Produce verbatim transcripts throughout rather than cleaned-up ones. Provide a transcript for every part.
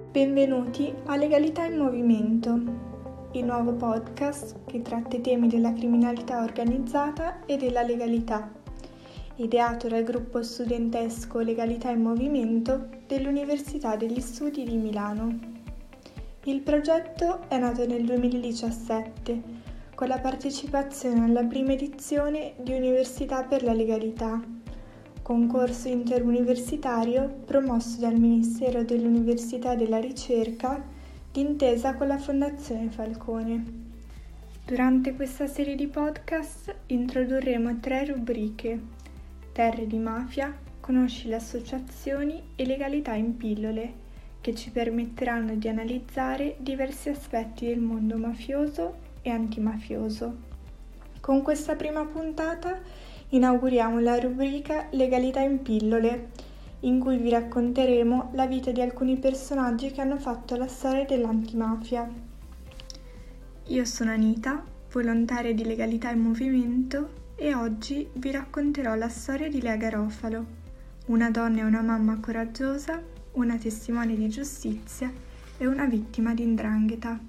Benvenuti a Legalità in Movimento, il nuovo podcast che tratta i temi della criminalità organizzata e della legalità, ideato dal gruppo studentesco Legalità in Movimento dell'Università degli Studi di Milano. Il progetto è nato nel duemiladiciassette con la partecipazione alla prima edizione di Università per la Legalità, concorso interuniversitario promosso dal Ministero dell'Università e della Ricerca d'intesa con la Fondazione Falcone. Durante questa serie di podcast introdurremo tre rubriche: Terre di mafia, Conosci le associazioni e Legalità in pillole, che ci permetteranno di analizzare diversi aspetti del mondo mafioso e antimafioso. Con questa prima puntata inauguriamo la rubrica Legalità in pillole, in cui vi racconteremo la vita di alcuni personaggi che hanno fatto la storia dell'antimafia. Io sono Anita, volontaria di Legalità in Movimento, e oggi vi racconterò la storia di Lea Garofalo, una donna e una mamma coraggiosa, una testimone di giustizia e una vittima di 'ndrangheta.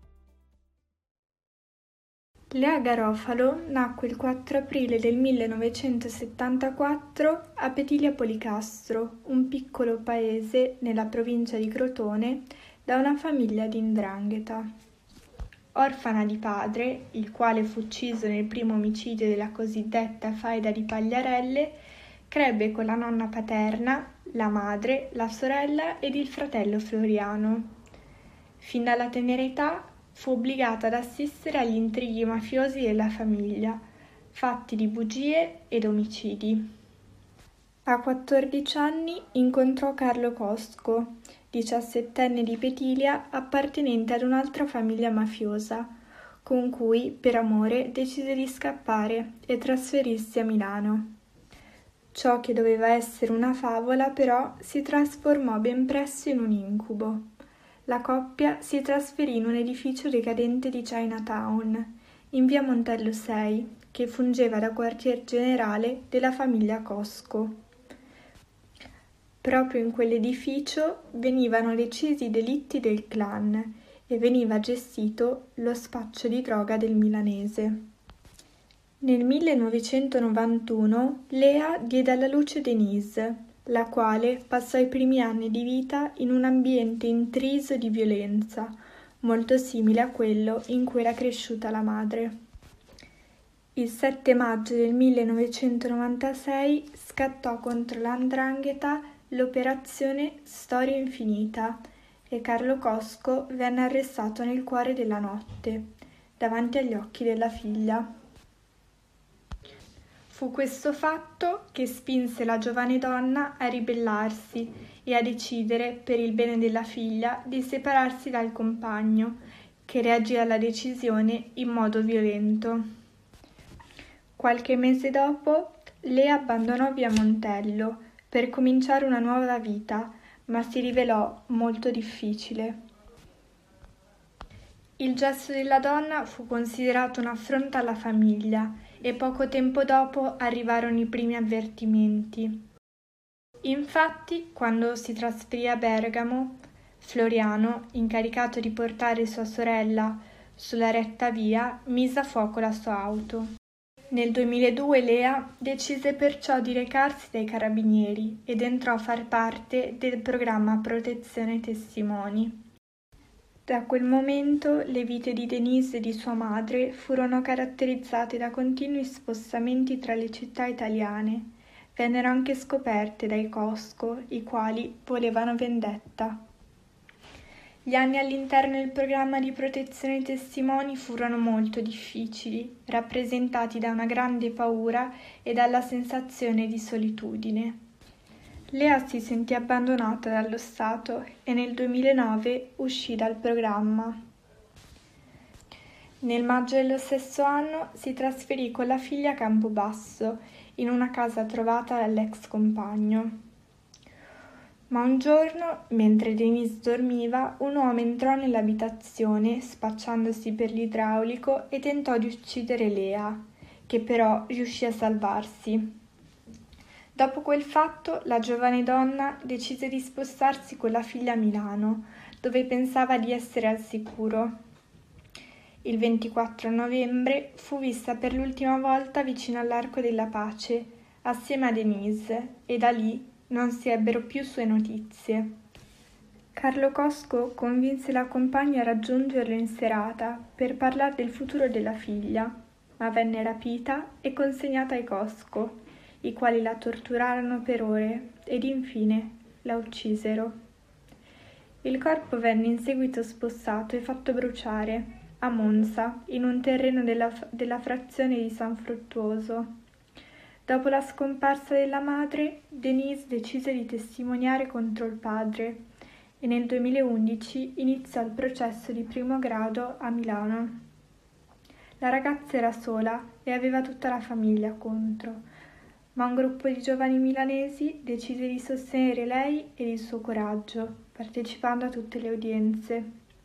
Lea Garofalo nacque il quattro aprile del millenovecentosettantaquattro a Petilia Policastro, un piccolo paese nella provincia di Crotone, da una famiglia di 'ndrangheta. Orfana di padre, il quale fu ucciso nel primo omicidio della cosiddetta faida di Pagliarelle, crebbe con la nonna paterna, la madre, la sorella ed il fratello Floriano. Fin dalla tenera età fu obbligata ad assistere agli intrighi mafiosi della famiglia, fatti di bugie ed omicidi. A quattordici anni incontrò Carlo Cosco, diciassettenne di Petilia appartenente ad un'altra famiglia mafiosa, con cui, per amore, decise di scappare e trasferirsi a Milano. Ciò che doveva essere una favola, però, si trasformò ben presto in un incubo. La coppia si trasferì in un edificio decadente di Chinatown, in via Montello sei, che fungeva da quartier generale della famiglia Cosco. Proprio in quell'edificio venivano decisi i delitti del clan e veniva gestito lo spaccio di droga del milanese. Nel millenovecentonovantuno Lea diede alla luce Denise, la quale passò i primi anni di vita in un ambiente intriso di violenza, molto simile a quello in cui era cresciuta la madre. Il sette maggio del millenovecentonovantasei scattò contro la 'ndrangheta l'operazione Storia Infinita e Carlo Cosco venne arrestato nel cuore della notte, davanti agli occhi della figlia. Fu questo fatto che spinse la giovane donna a ribellarsi e a decidere, per il bene della figlia, di separarsi dal compagno, che reagì alla decisione in modo violento. Qualche mese dopo, Lea abbandonò via Montello per cominciare una nuova vita, ma si rivelò molto difficile. Il gesto della donna fu considerato un affronto alla famiglia e poco tempo dopo arrivarono i primi avvertimenti. Infatti, quando si trasferì a Bergamo, Floriano, incaricato di portare sua sorella sulla retta via, mise a fuoco la sua auto. Nel duemiladue Lea decise perciò di recarsi dai carabinieri ed entrò a far parte del programma Protezione Testimoni. Da quel momento le vite di Denise e di sua madre furono caratterizzate da continui spostamenti tra le città italiane. Vennero anche scoperte dai Cosco, i quali volevano vendetta. Gli anni all'interno del programma di Protezione Testimoni furono molto difficili, rappresentati da una grande paura e dalla sensazione di solitudine. Lea si sentì abbandonata dallo Stato e nel duemilanove uscì dal programma. Nel maggio dello stesso anno si trasferì con la figlia a Campobasso, in una casa trovata dall'ex compagno. Ma un giorno, mentre Denise dormiva, un uomo entrò nell'abitazione spacciandosi per l'idraulico e tentò di uccidere Lea, che però riuscì a salvarsi. Dopo quel fatto, la giovane donna decise di spostarsi con la figlia a Milano, dove pensava di essere al sicuro. Il ventiquattro novembre fu vista per l'ultima volta vicino all'Arco della Pace, assieme a Denise, e da lì non si ebbero più sue notizie. Carlo Cosco convinse la compagna a raggiungerlo in serata per parlare del futuro della figlia, ma venne rapita e consegnata ai Cosco, i quali la torturarono per ore ed infine la uccisero. Il corpo venne in seguito spossato e fatto bruciare a Monza, in un terreno della, della frazione di San Fruttuoso. Dopo la scomparsa della madre, Denise decise di testimoniare contro il padre e nel duemilaundici iniziò il processo di primo grado a Milano. La ragazza era sola e aveva tutta la famiglia contro, ma un gruppo di giovani milanesi decise di sostenere lei ed il suo coraggio, partecipando a tutte le udienze.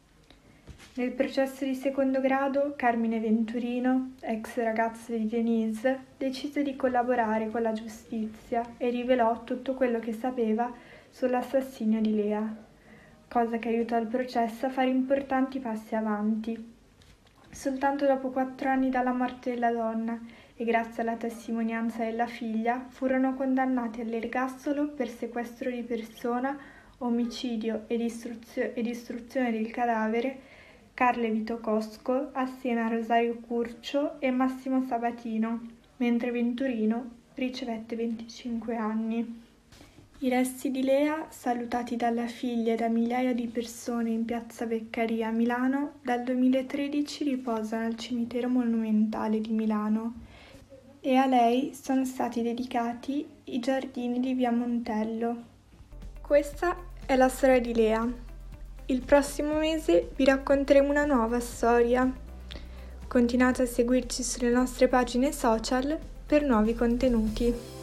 Nel processo di secondo grado, Carmine Venturino, ex ragazzo di Denise, decise di collaborare con la giustizia e rivelò tutto quello che sapeva sull'assassinio di Lea, cosa che aiutò il processo a fare importanti passi avanti. Soltanto dopo quattro anni dalla morte della donna e grazie alla testimonianza della figlia furono condannati all'ergastolo per sequestro di persona, omicidio e, distruzio- e distruzione del cadavere Carlo Vito Cosco assieme a Rosario Curcio e Massimo Sabatino, mentre Venturino ricevette venticinque anni. I resti di Lea, salutati dalla figlia e da migliaia di persone in piazza Beccaria a Milano, dal duemilatredici riposano al cimitero monumentale di Milano e a lei sono stati dedicati i giardini di via Montello. Questa è la storia di Lea. Il prossimo mese vi racconteremo una nuova storia. Continuate a seguirci sulle nostre pagine social per nuovi contenuti.